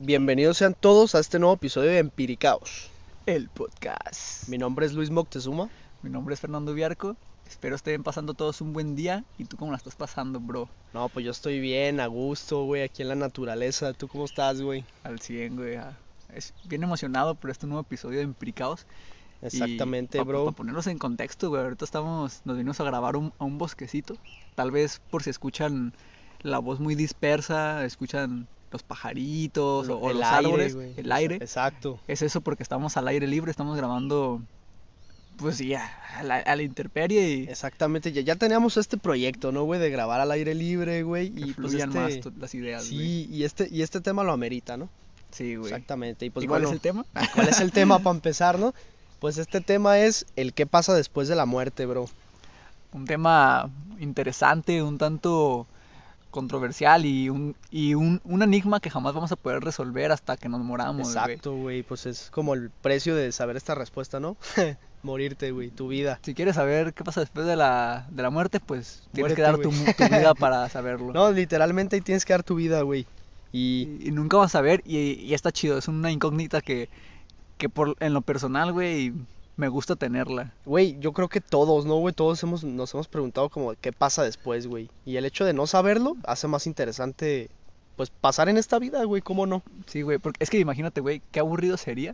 Bienvenidos sean todos a este nuevo episodio de Empiricaos. El podcast. Mi nombre es Luis Moctezuma. Mi nombre es Fernando Viarco. Espero estén pasando todos un buen día. ¿Y tú cómo la estás pasando, bro? No, pues yo estoy bien, a gusto, güey, aquí en la naturaleza. ¿Tú cómo estás, güey? Al 100, güey. Es bien emocionado por este nuevo episodio de Empiricaos. Exactamente, Y bro. para ponernos en contexto, güey, ahorita nos vinimos a grabar a un bosquecito. Tal vez por si escuchan la voz muy dispersa, escuchan los pajaritos o El los aire, árboles, güey. el aire. Exacto. Es eso porque estamos al aire libre, estamos grabando, pues sí, a la intemperie y Exactamente, ya teníamos este proyecto, ¿no, güey? De grabar al aire libre, güey. que Y pues fluyan más las ideas, güey. Sí, y este tema lo amerita, ¿no? Sí, güey. Exactamente. Y pues ¿Y cuál bueno, es el tema? ¿cuál es el tema para empezar, no? Pues este tema es el qué pasa después de la muerte, bro. Un tema interesante, un tanto controversial y un enigma que jamás vamos a poder resolver hasta que nos moramos, güey. Exacto, güey, pues es como el precio de saber esta respuesta, ¿no? Morirte, güey, tu vida. Si quieres saber qué pasa después de la muerte, pues tienes que Muérete, dar güey. tu vida para saberlo. No, literalmente ahí tienes que dar tu vida, güey. Y, Y nunca vas a saber y está chido, es una incógnita que en lo personal, güey, me gusta tenerla. güey, yo creo que todos, ¿no, güey? Todos nos hemos preguntado como qué pasa después, güey. Y el hecho de no saberlo hace más interesante, pues, pasar en esta vida, güey, ¿cómo no? Sí, güey, porque es que imagínate, güey, qué aburrido sería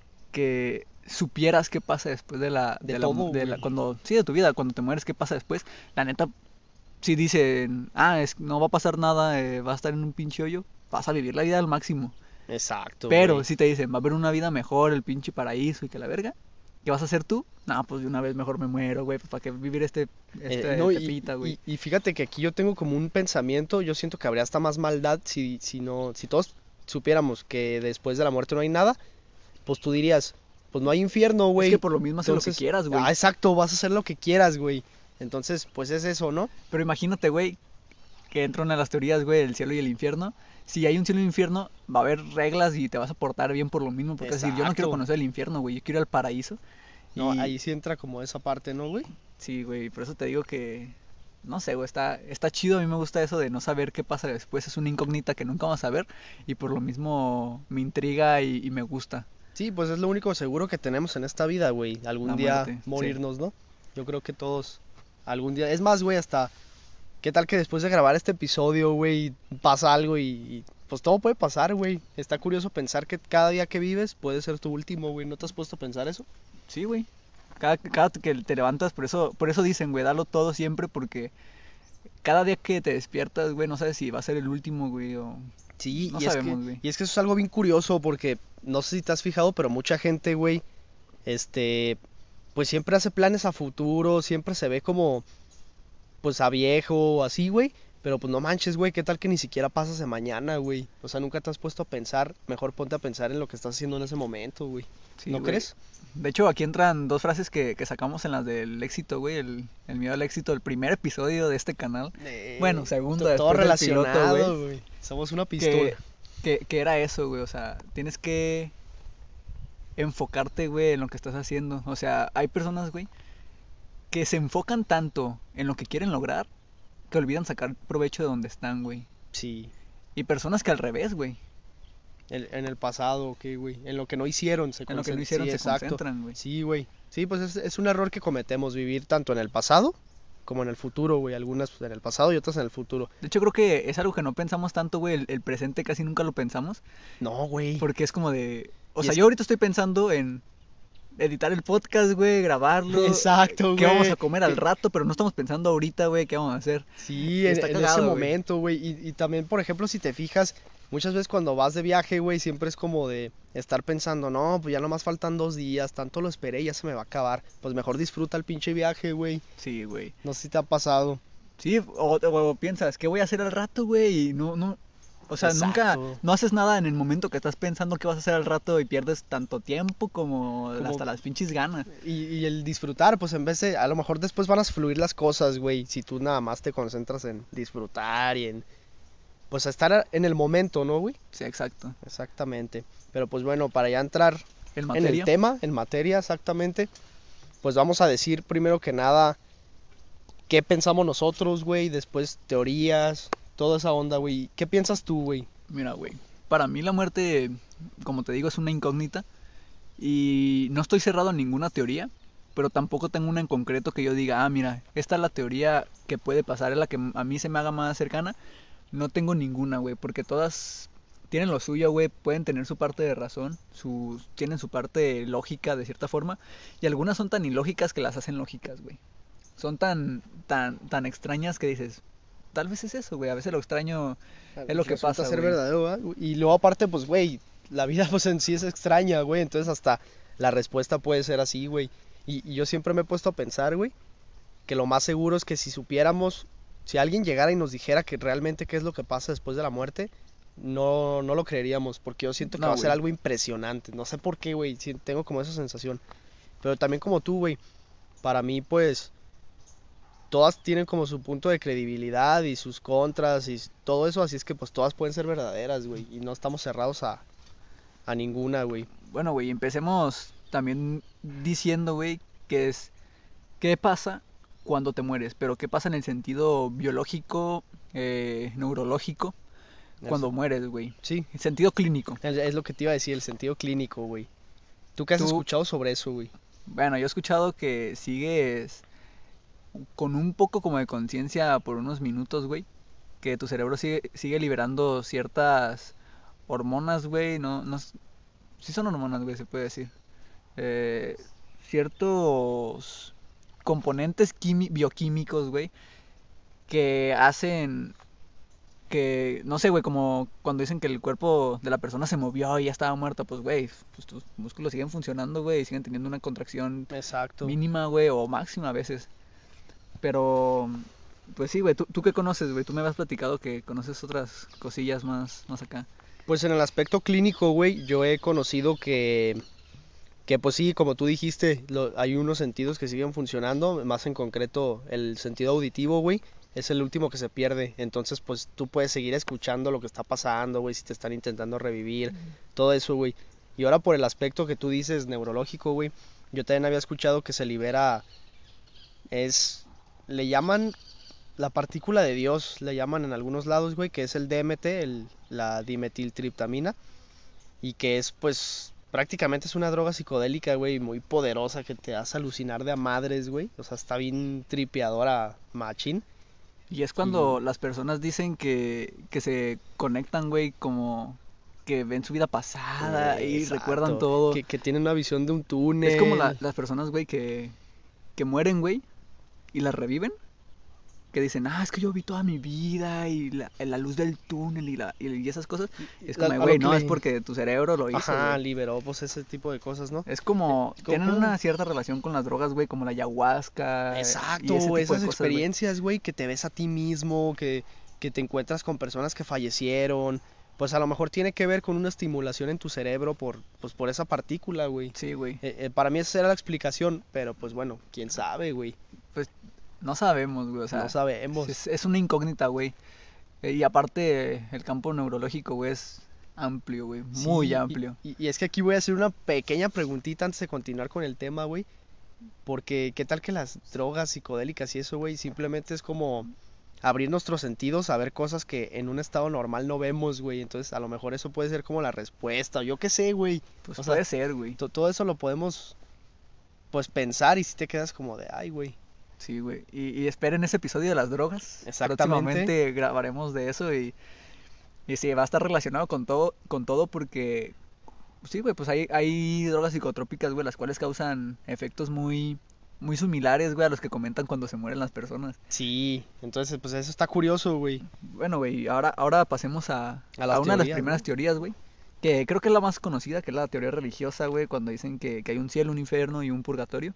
que supieras qué pasa después De todo, güey. cuando, sí, de tu vida, cuando te mueres, qué pasa después. La neta, si dicen, no va a pasar nada, vas a estar en un pinche hoyo, vas a vivir la vida al máximo. Exacto, Pero güey. si te dicen, va a haber una vida mejor, el pinche paraíso y que la verga, ¿qué vas a hacer tú? No, pues de una vez mejor me muero, güey, pues para qué vivir No, tepita, güey. y fíjate que aquí yo tengo como un pensamiento, yo siento que habría hasta más maldad si todos supiéramos que después de la muerte no hay nada, pues tú dirías, pues no hay infierno, Es que güey. por lo mismo haces lo que Entonces, quieras, güey. exacto, vas a hacer lo que quieras, güey. Entonces, pues es eso, ¿no? Pero imagínate, güey, que entran a las teorías, güey, el cielo y el infierno. Si hay un cielo y un infierno, va a haber reglas y te vas a portar bien por lo mismo. Porque es decir, yo no quiero Exacto. conocer el infierno, güey, yo quiero ir al paraíso. No, Y ahí sí entra como esa parte, ¿no, güey? sí, güey, por eso te digo que, no sé, güey, está chido. A mí me gusta eso de no saber qué pasa después. Es una incógnita que nunca vamos a ver y por lo mismo me intriga y me gusta Sí, pues es lo único seguro que tenemos en esta vida, güey. Algún la día muerte. Sí, morirnos, ¿no? Yo creo que todos algún día. Es más, güey, hasta ¿qué tal que después de grabar este episodio, güey, pasa algo pues todo puede pasar, güey? Está curioso pensar que cada día que vives puede ser tu último, güey. ¿No te has puesto a pensar eso? sí, güey. Cada que te levantas, por eso dicen, güey, dalo todo siempre porque cada día que te despiertas, güey, no sabes si va a ser el último, güey, o Sí, no sabemos, güey. y es que eso es algo bien curioso porque no sé si te has fijado, pero mucha gente, güey, este, pues siempre hace planes a futuro, siempre se ve como, pues a viejo o así, güey. Pero pues no manches, güey, ¿qué tal que ni siquiera pasas de mañana, güey? O sea, nunca te has puesto a pensar, mejor ponte a pensar en lo que estás haciendo en ese momento, güey. Sí, ¿No güey. crees? De hecho, aquí entran dos frases que sacamos en las del éxito, güey. El miedo al éxito, el primer episodio de este canal. Bueno, segundo, Todo después del piloto, güey. relacionado, güey. Somos una pistola. Que, que era eso, güey. O sea, tienes que enfocarte, güey, en lo que estás haciendo. O sea, hay personas, güey, que se enfocan tanto en lo que quieren lograr que olvidan sacar provecho de donde están, güey. Sí. Y personas que al revés, güey. En el pasado, ok, güey. En lo que no hicieron se En lo que no concentran. hicieron Sí, se exacto. concentran, güey. Sí, güey. Sí, pues es un error que cometemos, vivir tanto en el pasado como en el futuro, güey. Algunas pues, en el pasado y otras en el futuro. De hecho, creo que es algo que no pensamos tanto, güey. El presente casi nunca lo pensamos. No, güey. Porque es como de... O Y sea, es yo ahorita estoy pensando en editar el podcast, güey, grabarlo. exacto, ¿Qué vamos güey. a comer al rato? Pero no estamos pensando ahorita, güey, qué vamos a hacer. Sí, Y está en ese cagado, güey. momento, güey. Y también, por ejemplo, si te fijas, muchas veces cuando vas de viaje, güey, siempre es como de estar pensando, no, pues ya nomás faltan 2 días, tanto lo esperé y ya se me va a acabar. Pues mejor disfruta el pinche viaje, güey. Sí, güey. No sé si te ha pasado. Sí, o piensas, ¿qué voy a hacer al rato, güey? Y no... O sea, nunca... Exacto. No haces nada en el momento que estás pensando qué vas a hacer al rato y pierdes tanto tiempo como Como, hasta las pinches ganas. y el disfrutar, pues en vez de, a lo mejor después van a fluir las cosas, güey, si tú nada más te concentras en disfrutar y en, pues a estar en el momento, ¿no, güey? Sí, exacto. Exactamente. Pero pues bueno, para ya entrar ¿En en el materia? tema, en materia exactamente, pues vamos a decir primero que nada qué pensamos nosotros, güey, después teorías, toda esa onda, güey. ¿Qué piensas tú, güey? Mira, güey. para mí la muerte, como te digo, es una incógnita. Y no estoy cerrado a ninguna teoría, pero tampoco tengo una en concreto que yo diga, ah, mira, esta es la teoría que puede pasar, es la que a mí se me haga más cercana. No tengo ninguna, güey, porque todas tienen lo suyo, güey, pueden tener su parte de razón, tienen su parte lógica de cierta forma, y algunas son tan ilógicas que las hacen lógicas, güey. Son tan extrañas que dices, tal vez es eso, güey, a veces lo extraño es lo que Resulta pasa, ser güey. verdadero, ¿va? Y luego aparte, pues, güey, la vida pues en sí es extraña, güey, entonces hasta la respuesta puede ser así, güey. Y yo siempre me he puesto a pensar, güey, que lo más seguro es que si supiéramos, si alguien llegara y nos dijera que realmente qué es lo que pasa después de la muerte, no lo creeríamos, porque yo siento que va No, a ser güey. algo impresionante. No sé por qué, güey, tengo como esa sensación. Pero también como tú, güey, para mí, pues, todas tienen como su punto de credibilidad y sus contras y todo eso, así es que pues todas pueden ser verdaderas, güey, y no estamos cerrados a ninguna, güey. Bueno, güey, empecemos también diciendo, güey, que es qué pasa cuando te mueres, pero qué pasa en el sentido biológico, neurológico, Eso, cuando mueres, güey. sí, En sentido clínico. es lo que te iba a decir, el sentido clínico, güey. ¿Tú qué has Tú, escuchado sobre eso, güey? bueno, yo he escuchado que sigues con un poco como de conciencia por unos minutos, güey, que tu cerebro sigue liberando ciertas hormonas, güey, sí son hormonas, güey, se puede decir. Eh, ciertos componentes bioquímicos, güey, que hacen que, no sé, güey, como cuando dicen que el cuerpo de la persona se movió y ya estaba muerta, pues, güey, pues tus músculos siguen funcionando, güey, y siguen teniendo una contracción Exacto. mínima, güey, o máxima a veces. Pero, pues sí, güey, ¿tú qué conoces, güey? Tú me habías platicado que conoces otras cosillas más acá. Pues en el aspecto clínico, güey, yo he conocido que pues sí, como tú dijiste, hay unos sentidos que siguen funcionando, más en concreto el sentido auditivo, güey, es el último que se pierde. Entonces, pues tú puedes seguir escuchando lo que está pasando, güey, si te están intentando revivir, todo eso, güey. Y ahora por el aspecto que tú dices neurológico, güey, yo también había escuchado que se libera, es, le llaman la partícula de Dios, le llaman en algunos lados, güey, que es el DMT, la dimetiltriptamina y que es pues prácticamente es una droga psicodélica, güey, muy poderosa que te hace alucinar de a madres, güey. O sea, está bien tripeadora machín. Y es Y cuando las personas dicen que se conectan, güey, como que ven su vida pasada y recuerdan exacto, todo. que tiene una visión de un Es como túnel. las personas, güey, que mueren, güey, y las reviven. Que dicen, ah, es que yo vi toda mi vida y la luz del túnel y esas cosas. Es como, A lo güey, que no, es le, porque tu cerebro lo hizo, ajá, güey. liberó pues ese tipo de cosas, ¿no? Es como, tienen ¿Cómo? una cierta relación con las drogas, güey, como la ayahuasca y ese Exacto, tipo de esas cosas, güey. experiencias, güey, que te ves a ti mismo, que te encuentras con personas que fallecieron, pues a lo mejor tiene que ver con una estimulación en tu cerebro pues por esa partícula, güey. Sí, güey. Para mí esa era la explicación, pero pues bueno, quién sabe, güey. Pues no sabemos, güey, o No sea, sabemos. es una incógnita, güey. Y aparte, el campo neurológico, güey, es amplio, güey, muy Sí, amplio. y es que aquí voy a hacer una pequeña preguntita antes de continuar con el tema, güey. Porque qué tal que las drogas psicodélicas y eso, güey, simplemente es como abrir nuestros sentidos a ver cosas que en un estado normal no vemos, güey. Entonces, a lo mejor eso puede ser como la respuesta, o yo qué sé, güey. Pues O sea, puede ser, güey. todo eso lo podemos, pues, pensar y si te quedas como de, ay, güey. Sí, güey. Y esperen ese episodio de las drogas. Exactamente. Próximamente grabaremos de eso y sí, va a estar relacionado con todo porque, sí, güey, pues hay drogas psicotrópicas, güey, las cuales causan efectos muy similares, güey, a los que comentan cuando se mueren las personas. Sí, entonces, pues eso está curioso, güey. Bueno, güey, ahora pasemos A a las una de las teorías, primeras ¿no? teorías, güey. Que creo que es la más conocida, que es la teoría religiosa, güey, cuando dicen que hay un cielo, un infierno y un purgatorio.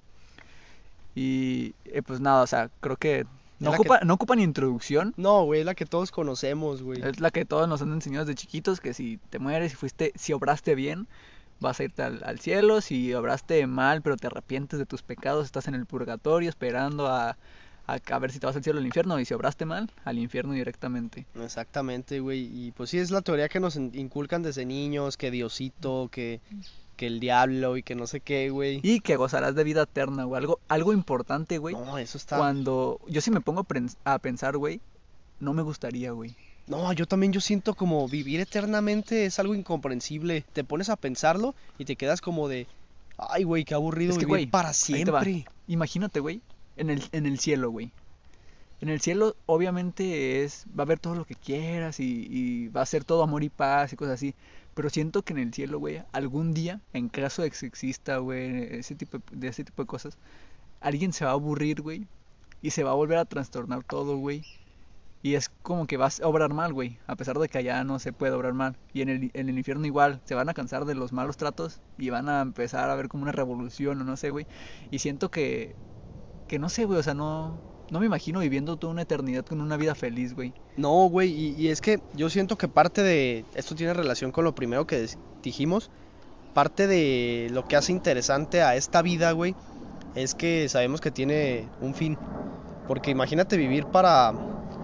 Y pues nada, o sea, creo que Es la que, no ocupa ni introducción. no, güey, es la que todos conocemos, güey. Es la que todos nos han enseñado desde chiquitos, que si te mueres, si obraste bien, vas a irte al cielo, si obraste mal, pero te arrepientes de tus pecados, estás en el purgatorio esperando a ver si te vas al cielo o al infierno, y si obraste mal, al infierno directamente. Exactamente, güey. Y pues sí, es la teoría que nos inculcan desde niños, que Diosito, que el diablo y que no sé qué, güey. Y que gozarás de vida eterna, güey. Algo importante, güey. No, eso está... Cuando yo sí me pongo a pensar, güey, no me gustaría, güey. No, yo también yo siento como vivir eternamente es algo incomprensible. Te pones a pensarlo y te quedas como de, ay, güey, qué aburrido Es que, vivir güey, para ahí te va. siempre. Imagínate, güey, en el cielo, güey. En el cielo, obviamente, va a haber todo lo que quieras y va a ser todo amor y paz y cosas así. Pero siento que en el cielo, güey, algún día, en caso de que exista, güey, ese tipo de cosas, alguien se va a aburrir, güey, y se va a volver a trastornar todo, güey. Y es como que vas a obrar mal, güey, a pesar de que allá no se puede obrar mal. Y en el infierno igual, se van a cansar de los malos tratos y van a empezar a ver como una revolución o no sé, güey. Y siento que no sé, güey, o sea, no me imagino viviendo toda una eternidad con una vida feliz, güey. No, güey, y es que yo siento que parte de, esto tiene relación con lo primero que dijimos, parte de lo que hace interesante a esta vida, güey, es que sabemos que tiene un fin. Porque imagínate vivir para,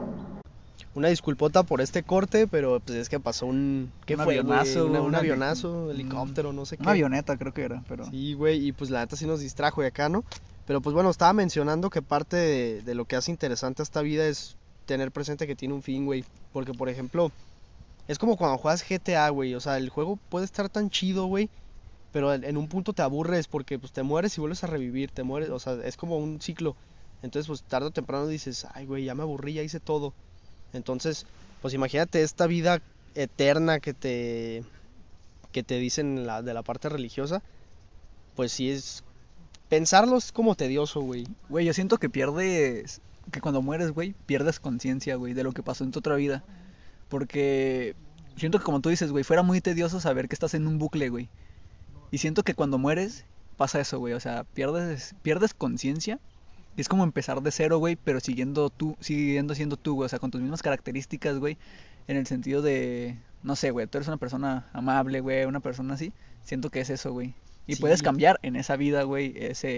una disculpota por este corte, pero pues es que pasó un, ¿qué Un fue, güey? avionazo, Un una, avionazo, helicóptero, no sé una qué. avioneta creo que era, pero... Sí, güey, y pues la neta sí nos distrajo de acá, ¿no? Pero pues bueno, estaba mencionando que parte de lo que hace interesante a esta vida es tener presente que tiene un fin, güey. Porque, por ejemplo, es como cuando juegas GTA, güey. O sea, el juego puede estar tan chido, güey. Pero en un punto te aburres porque pues te mueres y vuelves a revivir, te mueres, o sea, es como un ciclo. Entonces, pues tarde o temprano dices, ay, güey, ya me aburrí, ya hice todo. Entonces, pues imagínate esta vida eterna que te dicen de la parte religiosa, pues sí es pensarlo es como tedioso, güey. Güey, yo siento que pierdes... Que cuando mueres, güey, pierdes conciencia, güey, de lo que pasó en tu otra vida. Porque siento que como tú dices, güey, fuera muy tedioso saber que estás en un bucle, güey. Y siento que cuando mueres pasa eso, güey. O sea, pierdes conciencia. Y es como empezar de cero, güey, pero siguiendo siendo tú, güey. O sea, con tus mismas características, güey. En el sentido de, no sé, güey, tú eres una persona amable, güey, una persona así. Siento que es eso, güey. Y puedes Sí, cambiar en esa vida, güey,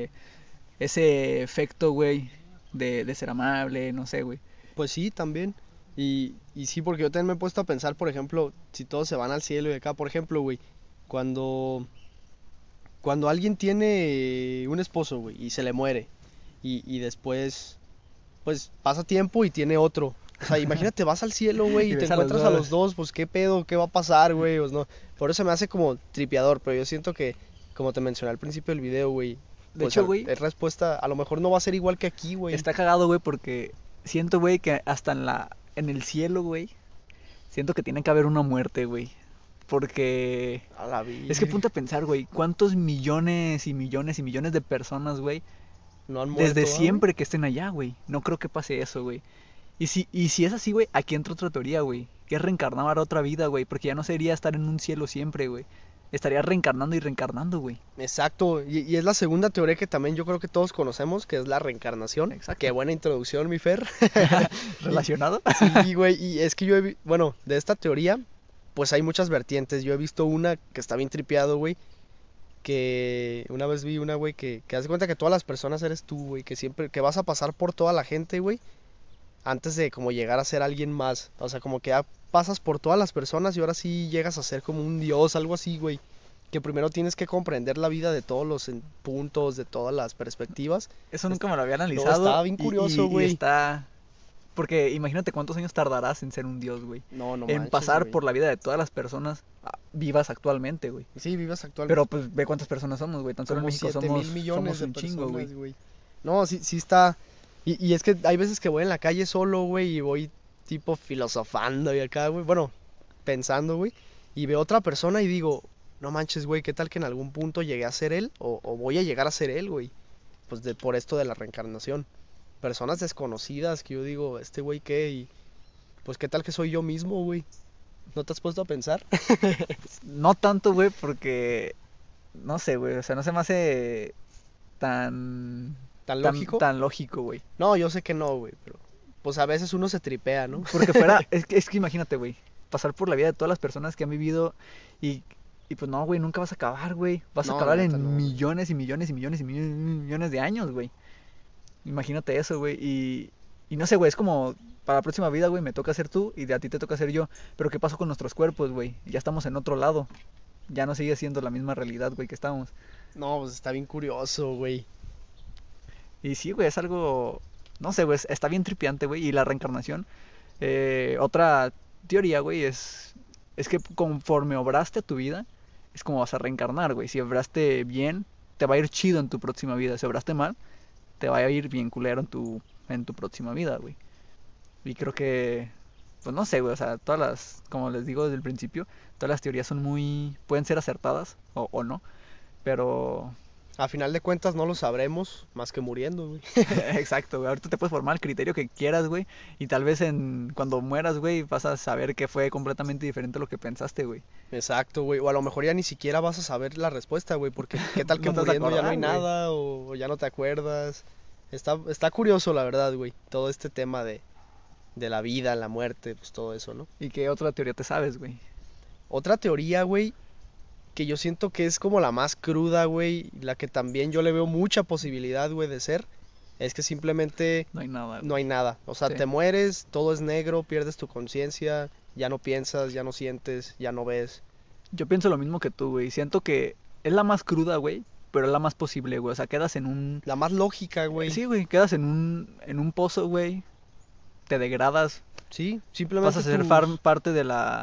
ese efecto, güey, de ser amable, no sé, güey. pues sí, también. Y sí, porque yo también me he puesto a pensar, por ejemplo, si todos se van al cielo y acá, por ejemplo, güey, cuando, cuando alguien tiene un esposo, güey, y se le muere, y después pues pasa tiempo y tiene otro. O sea, imagínate, vas al cielo, güey, Y y te ves a los encuentras a los dos. dos, pues qué pedo, qué va a pasar, güey, pues no. Por eso me hace como tripeador, pero yo siento que, como te mencioné al principio del video, güey, De pues hecho, güey, es respuesta, a lo mejor no va a ser igual que aquí, güey. está cagado, güey, porque siento, güey, que hasta en el cielo, güey, siento que tiene que haber una muerte, güey. Porque A la es que virgen, ponte a pensar, güey, cuántos millones y millones y millones de personas, güey, no han desde muerto, ¿ah, güey? siempre que estén allá, güey. No creo que pase eso, güey. Y si es así, güey, aquí entra otra teoría, güey. Que es reencarnar a otra vida, güey. Porque ya no sería estar en un cielo siempre, güey. Estaría reencarnando y reencarnando, güey. Exacto, y es la segunda teoría que también yo creo que todos conocemos, que es la reencarnación. Qué Exacto. buena introducción, mi Fer. Y, ¿Relacionado? sí, güey, y es que bueno, de esta teoría, pues hay muchas vertientes. Yo he visto una que está bien tripeado, güey, que una vez vi una, güey, que hace cuenta que todas las personas eres tú, güey, que siempre, que vas a pasar por toda la gente, güey, antes de como llegar a ser alguien más. O sea, como que ya pasas por todas las personas y ahora sí llegas a ser como un dios, algo así, güey. Que primero tienes que comprender la vida de todos los puntos, de todas las perspectivas. Eso Es- nunca me lo había No, analizado. estaba bien Y, curioso, y, y güey. está... Porque imagínate cuántos años tardarás en ser un dios, güey. No, no En manches, pasar güey. por la vida de todas las personas vivas actualmente, güey. Sí, vives Pero actualmente pues ve cuántas personas somos, güey. Tan solo en como México 7.000 millones somos de un chingo, güey. personas, güey. No, sí, sí está. Y es que hay veces que voy en la calle solo, güey, y voy tipo filosofando y acá, güey. Bueno, pensando, güey. Y veo otra persona y digo, no manches, güey, ¿qué tal que en algún punto llegué a ser él? O voy a llegar a ser él, güey. Pues por esto de la reencarnación. Personas desconocidas que yo digo, este güey qué, y pues qué tal que soy yo mismo, güey. ¿No te has puesto a pensar? No tanto, güey, porque... No sé, güey. O sea, no se me hace tan... ¿Tan Tan, lógico? tan lógico, güey. No, yo sé que no, güey, pero pues a veces uno se tripea, ¿no? Porque fuera... Es que imagínate, güey. Pasar por la vida de todas las personas que han vivido y... Y pues no, güey, nunca vas a acabar, güey. Vas a No, la acabar neta en no, güey. millones y millones y millones y millones de años, güey. Imagínate eso, güey. Y no sé, güey, es como para la próxima vida, güey, me toca ser tú y de a ti te toca ser yo. Pero ¿qué pasó con nuestros cuerpos, güey? Ya estamos en otro lado. Ya no sigue siendo la misma realidad, güey, que estamos. No, pues está bien curioso, güey. Y sí, güey, es algo... No sé, güey, está bien tripiante, güey. Y la reencarnación. Otra... teoría, güey, es que conforme obraste tu vida, es como vas a reencarnar, güey. Si obraste bien, te va a ir chido en tu próxima vida. Si obraste mal, te va a ir bien culero en tu próxima vida, güey. Y creo que, pues no sé, güey, o sea, todas las, como les digo desde el principio, todas las teorías son pueden ser acertadas o no, pero A final de cuentas no lo sabremos más que muriendo, güey. exacto, güey. Ahorita te puedes formar el criterio que quieras, güey. Y tal vez cuando mueras, güey, vas a saber que fue completamente diferente a lo que pensaste, güey. Exacto, güey. O a lo mejor ya ni siquiera vas a saber la respuesta, güey, porque qué tal que No te vas a muriendo ya no hay acordar, güey. nada o ya no te acuerdas. Está curioso, la verdad, güey. Todo este tema de la vida, la muerte, pues todo eso, ¿no? ¿Y qué otra teoría te sabes, güey? Otra teoría, güey, que yo siento que es como la más cruda, güey, la que también yo le veo mucha posibilidad, güey, de ser, es que simplemente No hay nada, no güey. hay nada. O sea, Sí. te mueres, todo es negro, pierdes tu conciencia, ya no piensas, ya no sientes, ya no ves. Yo pienso lo mismo que tú, güey. Siento que es la más cruda, güey, pero es la más posible, güey. O sea, quedas en un... La más lógica, güey. Sí, güey, quedas en un pozo, güey. Te degradas. Sí, Pasas simplemente a ser parte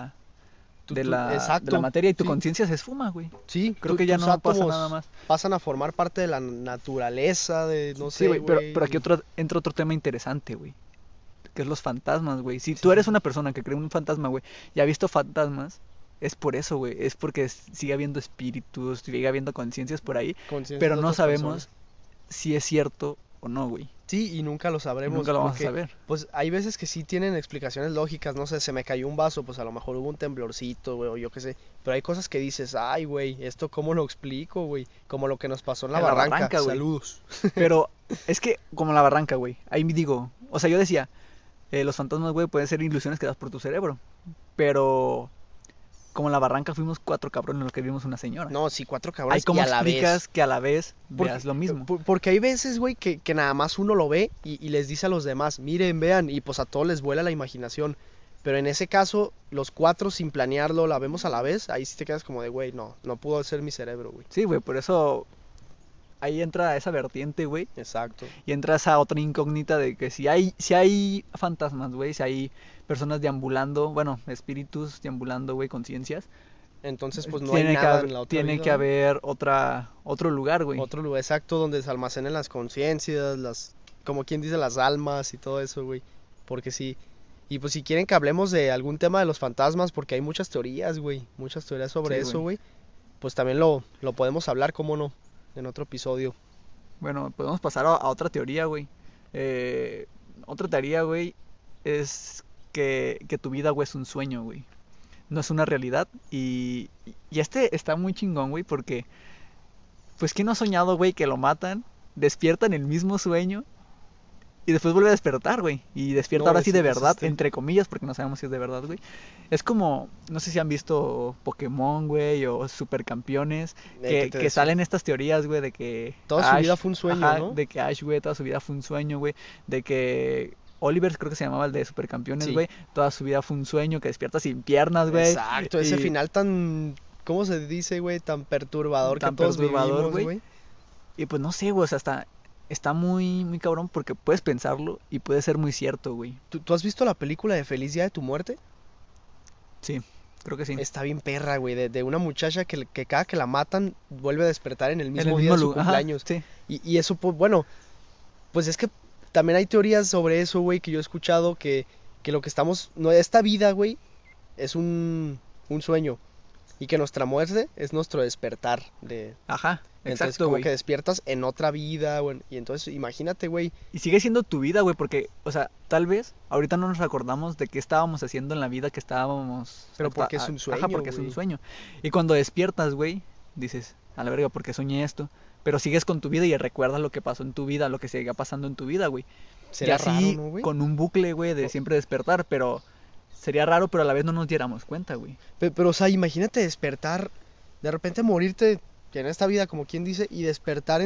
de la exacto, materia y tu sí, conciencia se esfuma, güey. sí, Creo que ya tus no pasa nada átomos más. pasan a formar parte de la naturaleza, de, no Sí, sé, güey, pero aquí güey. entra otro tema interesante, güey. Que es los fantasmas, güey. Si Sí, tú sí, eres sí. una persona que cree en un fantasma, güey, y ha visto fantasmas, es por eso, güey. Es porque sigue habiendo espíritus, sigue habiendo conciencias por ahí, Conciencias pero de no otras personas. sabemos si es cierto o no, güey. Sí, y nunca lo Y sabremos nunca lo vamos a porque, saber. pues, hay veces que sí tienen explicaciones lógicas, no sé, se me cayó un vaso, pues a lo mejor hubo un temblorcito, güey, o yo qué sé, pero hay cosas que dices, ay, güey, ¿esto cómo lo explico, güey? Como lo que nos pasó en la En la barranca, barranca, güey. saludos. Pero es que, como la barranca, güey. Ahí digo, o sea, yo decía, los fantasmas, güey, pueden ser ilusiones que das por tu cerebro. Pero, como en la barranca fuimos 4 cabrones los que vimos una señora. No, sí, cuatro Ahí cabrones y cómo a la explicas vez. que a la vez Porque, veas lo mismo. porque hay veces, güey, que nada más uno lo ve y les dice a los demás, miren, vean, y pues a todos les vuela la imaginación. Pero en ese caso, los cuatro sin planearlo, la vemos a la vez, ahí sí te quedas como de, güey, no, no pudo ser mi cerebro, güey. Sí, güey, por eso ahí entra esa vertiente, güey. Exacto. Y entra esa otra incógnita de que si hay fantasmas, güey, si hay personas deambulando, bueno, espíritus deambulando, güey, conciencias, Entonces, pues no hay tiene que nada haber, en la otra tiene vida, que ¿no? haber otro lugar, güey. Otro lugar exacto donde se almacenen las conciencias, como quien dice, las almas y todo eso, güey. Porque sí. Y pues si quieren que hablemos de algún tema de los fantasmas, porque hay muchas teorías, güey, muchas teorías sobre Sí, eso, güey. güey, pues también lo podemos hablar, cómo no, en otro episodio. Bueno, podemos pasar a otra teoría, güey. Otra teoría, güey, es que tu vida, güey, es un sueño, güey. No es una realidad. Y este está muy chingón, güey, porque, pues, ¿quién no ha soñado, güey, que lo matan, despierta en el mismo sueño y después vuelve a despertar, güey? Y despierta No, ahora sí de es verdad, entre comillas, porque no sabemos si es de verdad, güey. Es como, no sé si han visto Pokémon, güey, o Supercampeones, ¿qué te que decía? salen estas teorías, güey, de que Toda su vida Ash, fue un sueño, ajá, ¿no? de que Ash, güey, toda su vida fue un sueño, güey, de que Oliver, creo que se llamaba el de Supercampeones, Sí, güey, toda su vida fue un sueño, que despierta sin piernas, güey, exacto, ese y final tan, ¿cómo se dice, güey? Tan perturbador que tan todos perturbador, vivimos, güey. güey. Y pues no sé, güey, o sea, está muy, muy cabrón porque puedes pensarlo y puede ser muy cierto, güey. ¿Tú has visto la película de Feliz Día de tu Muerte? Sí, creo que sí. Está bien perra, güey, de una muchacha que cada que la matan vuelve a despertar en el En el mismo día mismo de su lugar, ajá, cumpleaños. sí. Y eso, pues, bueno, pues es que también hay teorías sobre eso, güey, que yo he escuchado que lo que estamos, no, esta vida, güey, es un sueño y que nuestra muerte es nuestro despertar de... Ajá, Entonces, exacto, como que güey. despiertas en otra vida, güey, y entonces imagínate, güey, Y sigue siendo tu vida, güey, porque, o sea, tal vez ahorita no nos acordamos de qué estábamos haciendo en la vida que estábamos. pero porque es un Ajá, sueño, porque es un güey. sueño. Y cuando despiertas, güey, dices, a la verga, porque soñé esto. Pero sigues con tu vida y recuerdas lo que pasó en tu vida, lo que sigue pasando en tu vida, güey. Y Será raro, así ¿no, güey? con un bucle, güey, de O- siempre despertar, pero sería raro, pero a la vez no nos diéramos cuenta, güey. Pero, o sea, imagínate despertar, de repente morirte en esta vida, como quien dice, y despertar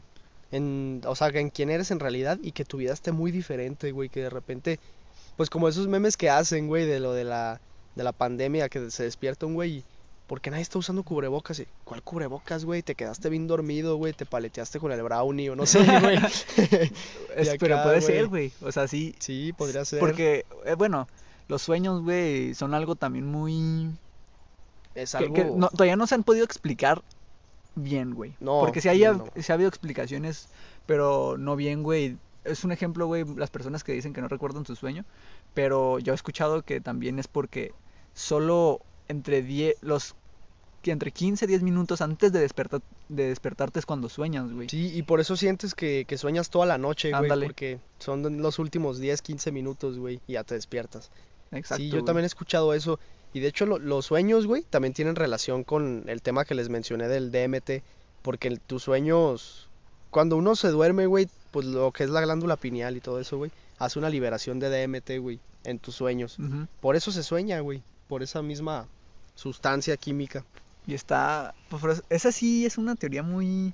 o sea, en quién eres en realidad y que tu vida esté muy diferente, güey, que de repente, pues como esos memes que hacen, güey, de lo de la pandemia, que se despierta un güey y, ¿por qué nadie está usando cubrebocas? Y, ¿cuál cubrebocas, güey? Te quedaste bien dormido, güey, te paleteaste con el brownie o no sé, güey. Y Pero acá, puede ser, güey, güey. O sea, sí. sí, podría ser. Porque, bueno, los sueños, güey, son algo también muy... Es que algo... todavía no se han podido explicar bien, güey. No, Porque no. sí ha habido explicaciones, pero no bien, güey. Es un ejemplo, güey, las personas que dicen que no recuerdan su sueño, pero yo he escuchado que también es porque solo entre 10, que entre 15 10 minutos antes de despertarte es cuando sueñas, güey. Sí, y por eso sientes que sueñas toda la noche, güey, Ándale, porque son los últimos 10, 15 minutos, güey, y ya te despiertas. Sí, exacto, yo güey. también he escuchado eso. Y de hecho los sueños, güey, también tienen relación con el tema que les mencioné del DMT, porque tus sueños, cuando uno se duerme, güey, pues lo que es la glándula pineal y todo eso, güey, hace una liberación de DMT, güey, en tus sueños. Ujú. Por eso se sueña, güey, por esa misma sustancia química. Y está, pues esa sí es una teoría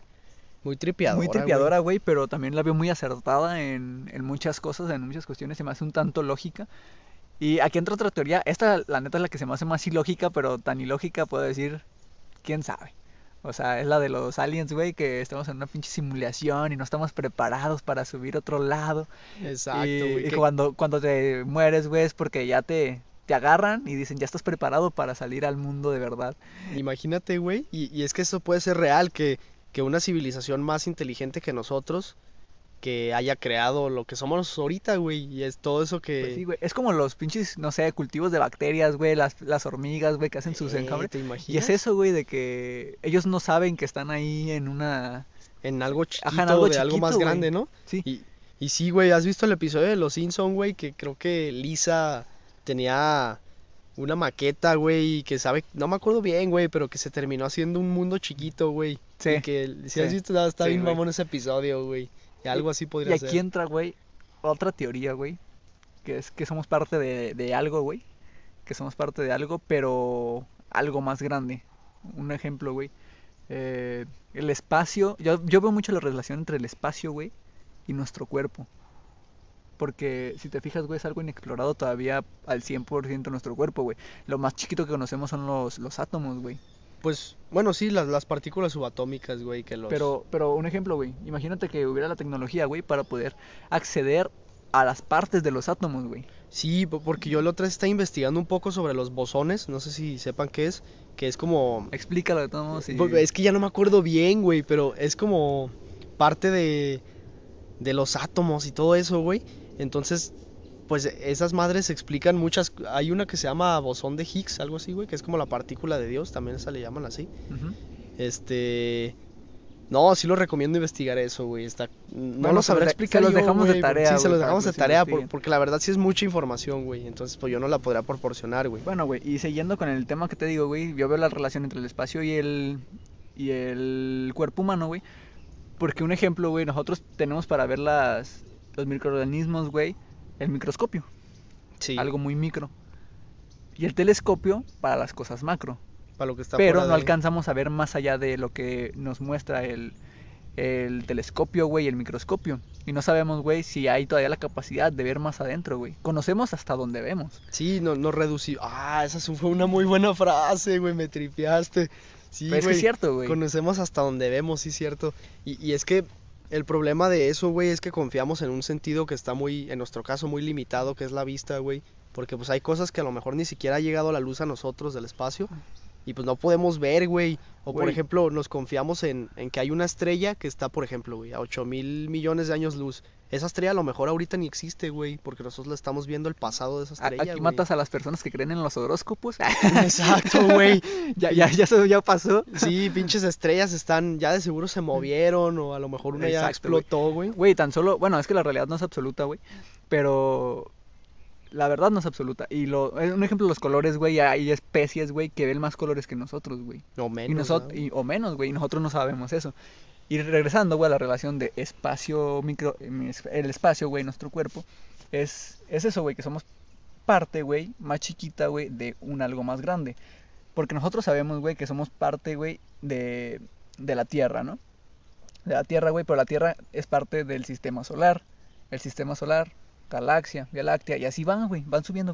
Muy muy tripiadora, güey. tripiadora, güey, pero también la veo muy acertada en muchas cosas, en muchas cuestiones, se me hace un tanto lógica. Y aquí entra otra teoría, esta la neta es la que se me hace más ilógica, pero tan ilógica puedo decir, quién sabe. O sea, es la de los aliens, güey, que estamos en una pinche simulación y no estamos preparados para subir a otro lado. Exacto, güey. Y cuando te mueres, güey, es porque ya te agarran y dicen, ya estás preparado para salir al mundo de verdad. Imagínate, güey, y es que eso puede ser real, que una civilización más inteligente que nosotros, que haya creado lo que somos ahorita, güey, y es todo eso Pues sí, que... güey. Es como los pinches, no sé, cultivos de bacterias, güey, las hormigas, güey, que hacen sus enjambres. ¿Te Y es imaginas? eso, güey, de que ellos no saben que están ahí en una... En algo Ajá, en chiquito, algo de algo más chiquito, güey. grande, ¿no? Sí. Y, y sí, güey, ¿has visto el episodio de Los Simpson, güey? Que creo que Lisa tenía una maqueta, güey, que sabe, no me acuerdo bien, güey, pero que se terminó haciendo un mundo chiquito, güey. Y Sí, que, si has sí, visto, está sí, bien güey. mamón ese episodio, güey. Y Y, algo así y podría aquí ser. entra, güey, otra teoría, güey, que es que somos parte de algo, güey. Que somos parte de algo, pero algo más grande. Un ejemplo, güey. El espacio, yo veo mucho la relación entre el espacio, güey, y nuestro cuerpo. Porque si te fijas, güey, es algo inexplorado todavía al 100% nuestro cuerpo, güey. Lo más chiquito que conocemos son los átomos, güey. Pues, bueno, sí, las partículas subatómicas, güey, que los... Pero un ejemplo, güey. Imagínate que hubiera la tecnología, güey, para poder acceder a las partes de los átomos, güey. Sí, porque yo la otra vez estaba investigando un poco sobre los bosones, no sé si sepan qué es, que es como... Explícalo de todos modos y... Es que ya no me acuerdo bien, güey, pero es como parte de los átomos y todo eso, güey. Entonces, pues esas madres explican muchas... Hay una que se llama bosón de Higgs, algo así, güey, que es como la partícula de Dios, también esa le llaman así. Ujú. Este... No, sí lo recomiendo investigar eso, güey. No lo Bueno, sabré se explicar los yo, dejamos de güey. Sí, tarea, se güey, los para dejamos que de los tarea investiguen. porque la verdad sí es mucha información, güey. Entonces, pues yo no la podría proporcionar, güey. Bueno, güey, y siguiendo con el tema que te digo, güey, yo veo la relación entre el espacio y el cuerpo humano, güey, porque un ejemplo, güey, nosotros tenemos para ver los microorganismos, güey, el microscopio, Sí, algo muy micro, y el telescopio para las cosas macro, para lo que está pero fuera no de... alcanzamos a ver más allá de lo que nos muestra el telescopio, güey, y el microscopio. Y no sabemos, güey, si hay todavía la capacidad de ver más adentro, güey. Conocemos hasta donde vemos. Sí, no reducir. Ah, fue una muy buena frase, güey. Me tripeaste. Pero Sí, es que es güey. cierto, güey. Conocemos hasta donde vemos, sí, cierto. Y es que el problema de eso, güey, es que confiamos en un sentido que está muy, en nuestro caso, muy limitado, que es la vista, güey. Porque pues hay cosas que a lo mejor ni siquiera ha llegado la luz a nosotros del espacio y pues no podemos ver, güey. O por Güey, ejemplo, nos confiamos en que hay una estrella que está, por ejemplo, güey, a 8.000 millones de años luz. Esa estrella a lo mejor ahorita ni existe, güey, porque nosotros la estamos viendo el pasado de esa estrella, aquí güey. matas a las personas que creen en los horóscopos. Exacto, güey. Ya eso ya pasó. Sí, pinches estrellas están, ya de seguro se movieron o a lo mejor una ya Exacto, güey. explotó, güey. Güey, tan solo, bueno, es que la realidad no es absoluta, güey. Pero la verdad no es absoluta. Un ejemplo, los colores, güey, hay especies, güey, que ven más colores que nosotros, güey. No menos, ¿verdad? O menos, güey, y nosotros no sabemos eso. Y regresando, güey, a la relación de espacio, el espacio, güey, nuestro cuerpo, es eso, güey, que somos parte, güey, más chiquita, güey, de un algo más grande. Porque nosotros sabemos, güey, que somos parte, güey, de la Tierra, ¿no? De la Tierra, güey, pero la Tierra es parte del sistema solar. El sistema solar, galaxia, Vía Láctea, y así van, güey, van subiendo.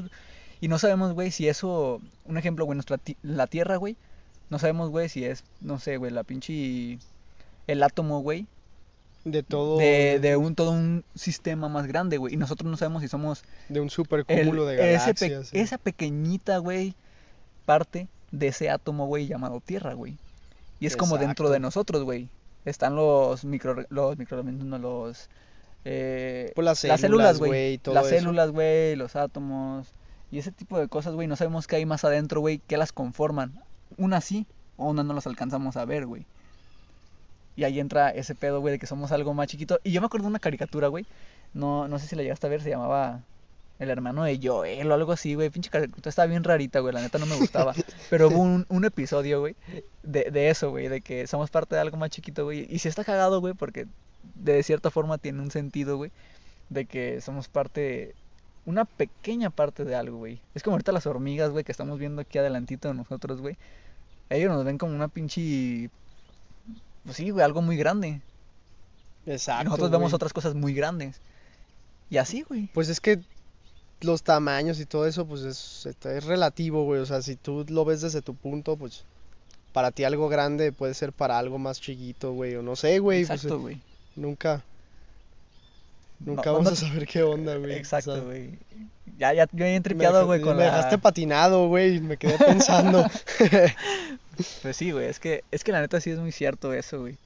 Y no sabemos, güey, si eso, un ejemplo, güey, la Tierra, güey, no sabemos, güey, si es, no sé, güey, el átomo, güey, De todo, de todo un sistema más grande, güey. Y nosotros no sabemos si somos de un supercúmulo de galaxias. esa pequeñita, güey, parte de ese átomo, güey, llamado Tierra, güey. Y es como dentro de Exacto. nosotros, güey. Están los microorganismos, no, Pues las las células, células, güey. güey, todo Las eso. células, güey, los átomos. Y ese tipo de cosas, güey. No sabemos qué hay más adentro, güey, que las conforman. Una sí, o una no las alcanzamos a ver, güey. Y ahí entra ese pedo, güey, de que somos algo más chiquito. Y yo me acuerdo de una caricatura, güey. No sé si la llegaste a ver, se llamaba El hermano de Joel o algo así, güey. Pinche caricatura estaba bien rarita, güey. La neta no me gustaba. Pero hubo un episodio, güey, de eso, güey. De que somos parte de algo más chiquito, güey. Y sí está cagado, güey, porque de cierta forma tiene un sentido, güey. De que somos parte, una pequeña parte de algo, güey. Es como ahorita las hormigas, güey, que estamos viendo aquí adelantito de nosotros, güey. Ellos nos ven como una pinche, pues sí, güey, algo muy grande. Y Exacto, nosotros vemos güey. otras cosas muy grandes. Y así, güey. Pues es que los tamaños y todo eso, pues es relativo, güey. O sea, si tú lo ves desde tu punto, pues para ti algo grande puede ser para algo más chiquito, güey. O no sé, güey, pues Exacto, güey. nunca, No, nunca no, vamos no a saber qué onda, güey. O exacto, sea, güey. Yo bien tripeado, güey, con me dejaste la... patinado, güey. Me quedé pensando. Pues sí, güey, es que la neta sí es muy cierto eso, güey.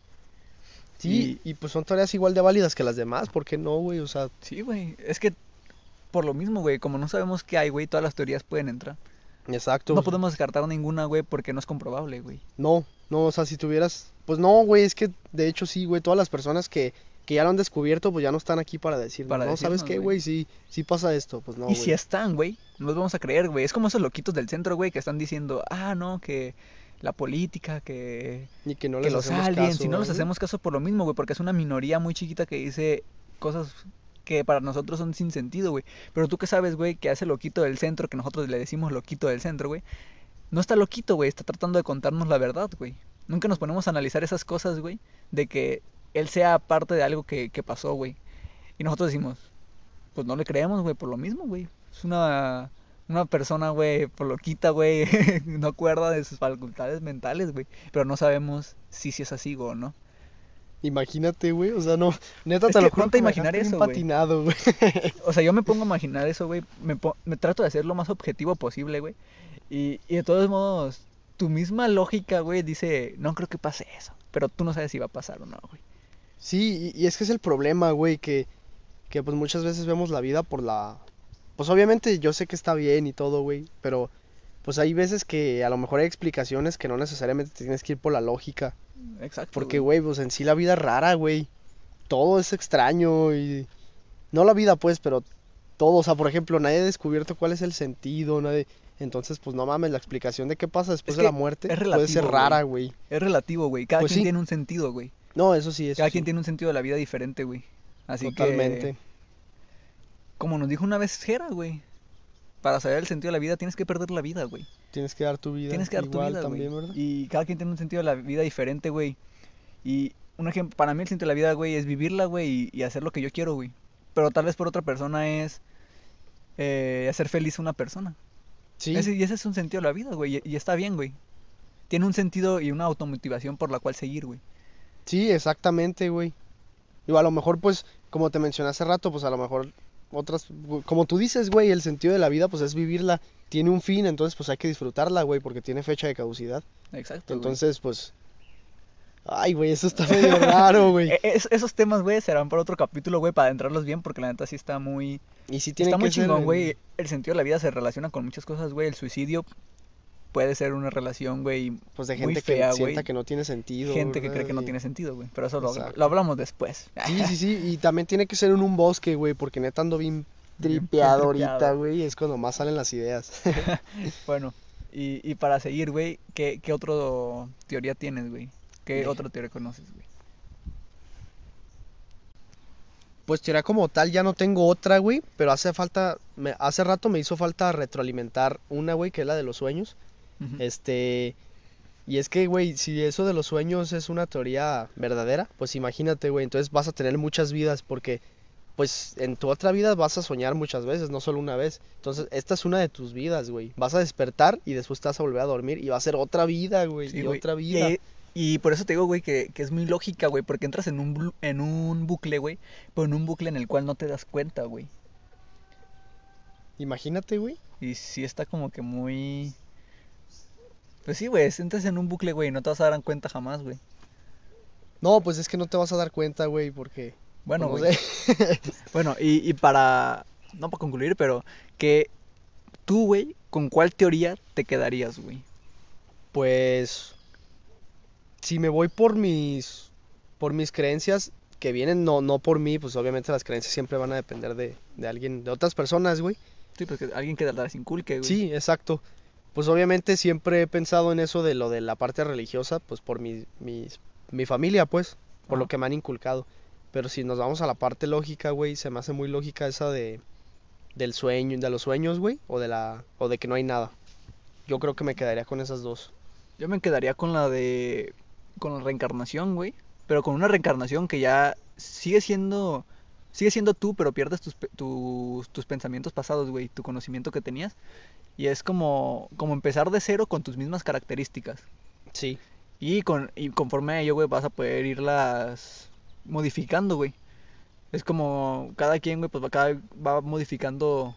Sí, Y y pues son tareas igual de válidas que las demás, ¿por qué no, güey? O sea, sí, güey, es que por lo mismo, güey, como no sabemos qué hay, güey, todas las teorías pueden entrar. exacto. No podemos descartar ninguna, güey, porque no es comprobable, güey. No, no, o sea, si tuvieras, pues no, güey, es que de hecho sí, güey, todas las personas que ya lo han descubierto, pues ya no están aquí para decirnos, Para no, ¿sabes decirnos, qué, güey. güey? Sí, sí pasa esto, pues no, Y si güey. están, güey, no los vamos a creer, güey. Es como esos loquitos del centro, güey, que están diciendo, ah, no, que la política, Y que no que les los hacemos aliens, caso, y no ¿verdad, les güey? hacemos caso por lo mismo, güey, porque es una minoría muy chiquita que dice cosas que para nosotros son sin sentido, güey. Pero tú qué sabes, güey, que hace loquito del centro, que nosotros le decimos loquito del centro, güey. No está loquito, güey, está tratando de contarnos la verdad, güey. Nunca nos ponemos a analizar esas cosas, güey, de que él sea parte de algo que pasó, güey. Y nosotros decimos, pues no le creemos, güey, por lo mismo, güey. Es una persona, güey, por loquita, güey, no acuerda de sus facultades mentales, güey. Pero no sabemos si es así, o no. Imagínate, güey, o sea, no, neta Es te lo que juro ponte a que me imaginar dejaste bien eso, güey. patinado, güey. O sea, yo me pongo a imaginar eso, güey. Me trato de hacer lo más objetivo posible, güey. Y de todos modos, tu misma lógica, güey, dice, no creo que pase eso. Pero tú no sabes si va a pasar o no, güey. Sí, y es que es el problema, güey, que pues muchas veces vemos la vida por la... Pues obviamente yo sé que está bien y todo, güey, pero pues hay veces que a lo mejor hay explicaciones que no necesariamente te tienes que ir por la lógica. Exacto, Porque, güey. güey, pues en sí la vida es rara, güey. Todo es extraño y... No la vida, pues, pero todo. O sea, por ejemplo, nadie ha descubierto cuál es el sentido, nadie... Entonces, pues no mames, la explicación de qué pasa Es después de la que muerte es puede ser relativo, rara, güey. güey. Es relativo, güey. Cada Pues quien sí, tiene un sentido, güey. no, eso sí, eso Cada quien sí. tiene un sentido de la vida diferente, güey. Así que, Totalmente. como nos dijo una vez Jera, güey, para saber el sentido de la vida tienes que perder la vida, güey. Tienes que dar tu vida Tienes que dar tu igual vida, güey. también, ¿verdad? Y cada quien tiene un sentido de la vida diferente, güey. Y un ejemplo, para mí el sentido de la vida, güey, es vivirla, güey, y hacer lo que yo quiero, güey. Pero tal vez por otra persona es hacer feliz a una persona. Sí, Y ese es un sentido de la vida, güey. Y está bien, güey. Tiene un sentido y una automotivación por la cual seguir, güey. sí, exactamente, güey. Y a lo mejor, pues, como te mencioné hace rato, pues a lo mejor otras, como tú dices, güey, el sentido de la vida, pues es vivirla, tiene un fin, entonces pues hay que disfrutarla, güey, porque tiene fecha de caducidad. Exacto, güey. Entonces, pues, ay, güey, eso está medio raro, güey. Esos temas, güey, serán para otro capítulo, güey, para adentrarlos bien, porque la neta sí Y sí tiene está muy que ser chingón, güey. El sentido de la vida se relaciona con muchas cosas, güey. El suicidio puede ser una relación, güey, pues de muy gente que fea, sienta güey. que no tiene sentido, Gente que cree ¿verdad? que no tiene sentido, güey. Pero eso lo Exacto. hablamos después. Sí, sí, sí, y también tiene que ser en un bosque, güey, porque neta ando bien Bien tripeado ahorita, tripeado. güey, es cuando más salen las ideas. Bueno, y para seguir, güey, ¿qué otra teoría tienes, güey? ¿Qué Deja. otra teoría conoces, güey? Pues teoría como tal ya no tengo otra, güey, pero hace rato me hizo falta retroalimentar una, güey, que es la de los sueños. Ujú. Este, y es que, güey, si eso de los sueños es una teoría verdadera, pues imagínate, güey, entonces vas a tener muchas vidas porque, pues, en tu otra vida vas a soñar muchas veces, no solo una vez. Entonces, esta es una de tus vidas, güey. Vas a despertar y después te vas a volver a dormir y va a ser otra vida, güey, Sí, y güey. otra Y vida. Y por eso te digo, güey, que es muy lógica, güey, porque entras en un bucle, güey, pero en un bucle en el cual no te das cuenta, güey. Imagínate, güey. Y sí está como que muy... Pues sí, güey, entras en un bucle, güey, y no te vas a dar cuenta jamás, güey. No, pues es que no te vas a dar cuenta, güey, porque, pues Bueno, no güey. sé. Bueno, y para... No para concluir, pero que tú, güey, ¿con cuál teoría te quedarías, güey? Pues, si me voy por mis creencias que vienen, no por mí, pues obviamente las creencias siempre van a depender de alguien, de otras personas, güey. Sí, pues que alguien que te las inculque, güey. Sí, exacto. Pues obviamente siempre he pensado en eso de lo de la parte religiosa, pues por mi familia, pues, por lo Ajá. que me han inculcado. Pero si nos vamos a la parte lógica, güey, se me hace muy lógica esa del sueño, de los sueños, güey, o de que no hay nada. Yo creo que me quedaría con esas dos. Yo me quedaría con la de... Con la reencarnación, güey. Pero con una reencarnación que ya sigue siendo... Sigue siendo tú, pero pierdes tus pensamientos pasados, güey. Tu conocimiento que tenías. Y es como empezar de cero con tus mismas características. Sí, Y conforme a ello, güey, vas a poder irlas modificando, güey. Es como cada quien, güey, pues va modificando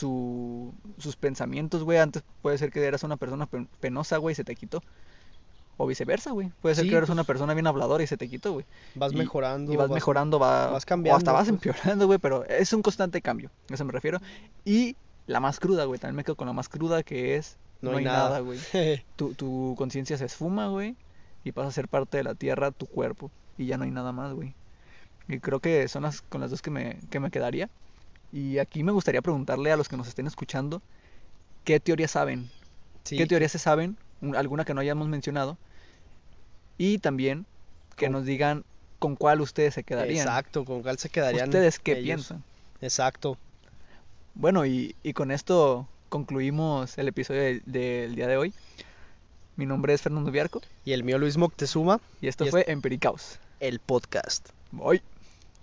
sus pensamientos, güey. Antes puede ser que eras una persona penosa, güey, y se te quitó. O viceversa, güey. Puede ser que sí, eres una pues persona bien habladora y se te quitó, güey. vas Y mejorando, vas mejorando, vas o hasta cambiando, vas pues. empeorando, güey, pero es un constante cambio. A eso me refiero. Y la más cruda, güey. También me quedo con la más cruda que es No no hay hay nada. nada, güey. Tu conciencia se esfuma, güey. Y pasa a ser parte de la tierra, tu cuerpo. Y ya no hay nada más, güey. Y creo que son con las dos que me quedaría. Y aquí me gustaría preguntarle a los que nos estén escuchando, ¿qué teorías saben? ¿Qué Sí, teorías se saben? Alguna que no hayamos mencionado. Y también que con, nos digan con cuál ustedes se quedarían. exacto, con cuál se quedarían ¿Ustedes qué ellos. piensan? Exacto. Bueno, y con esto concluimos el episodio del día de hoy. Mi nombre es Fernando Viarco Y el mío Luis Moctezuma y esto y es fue Empiricaos. el podcast. Bye.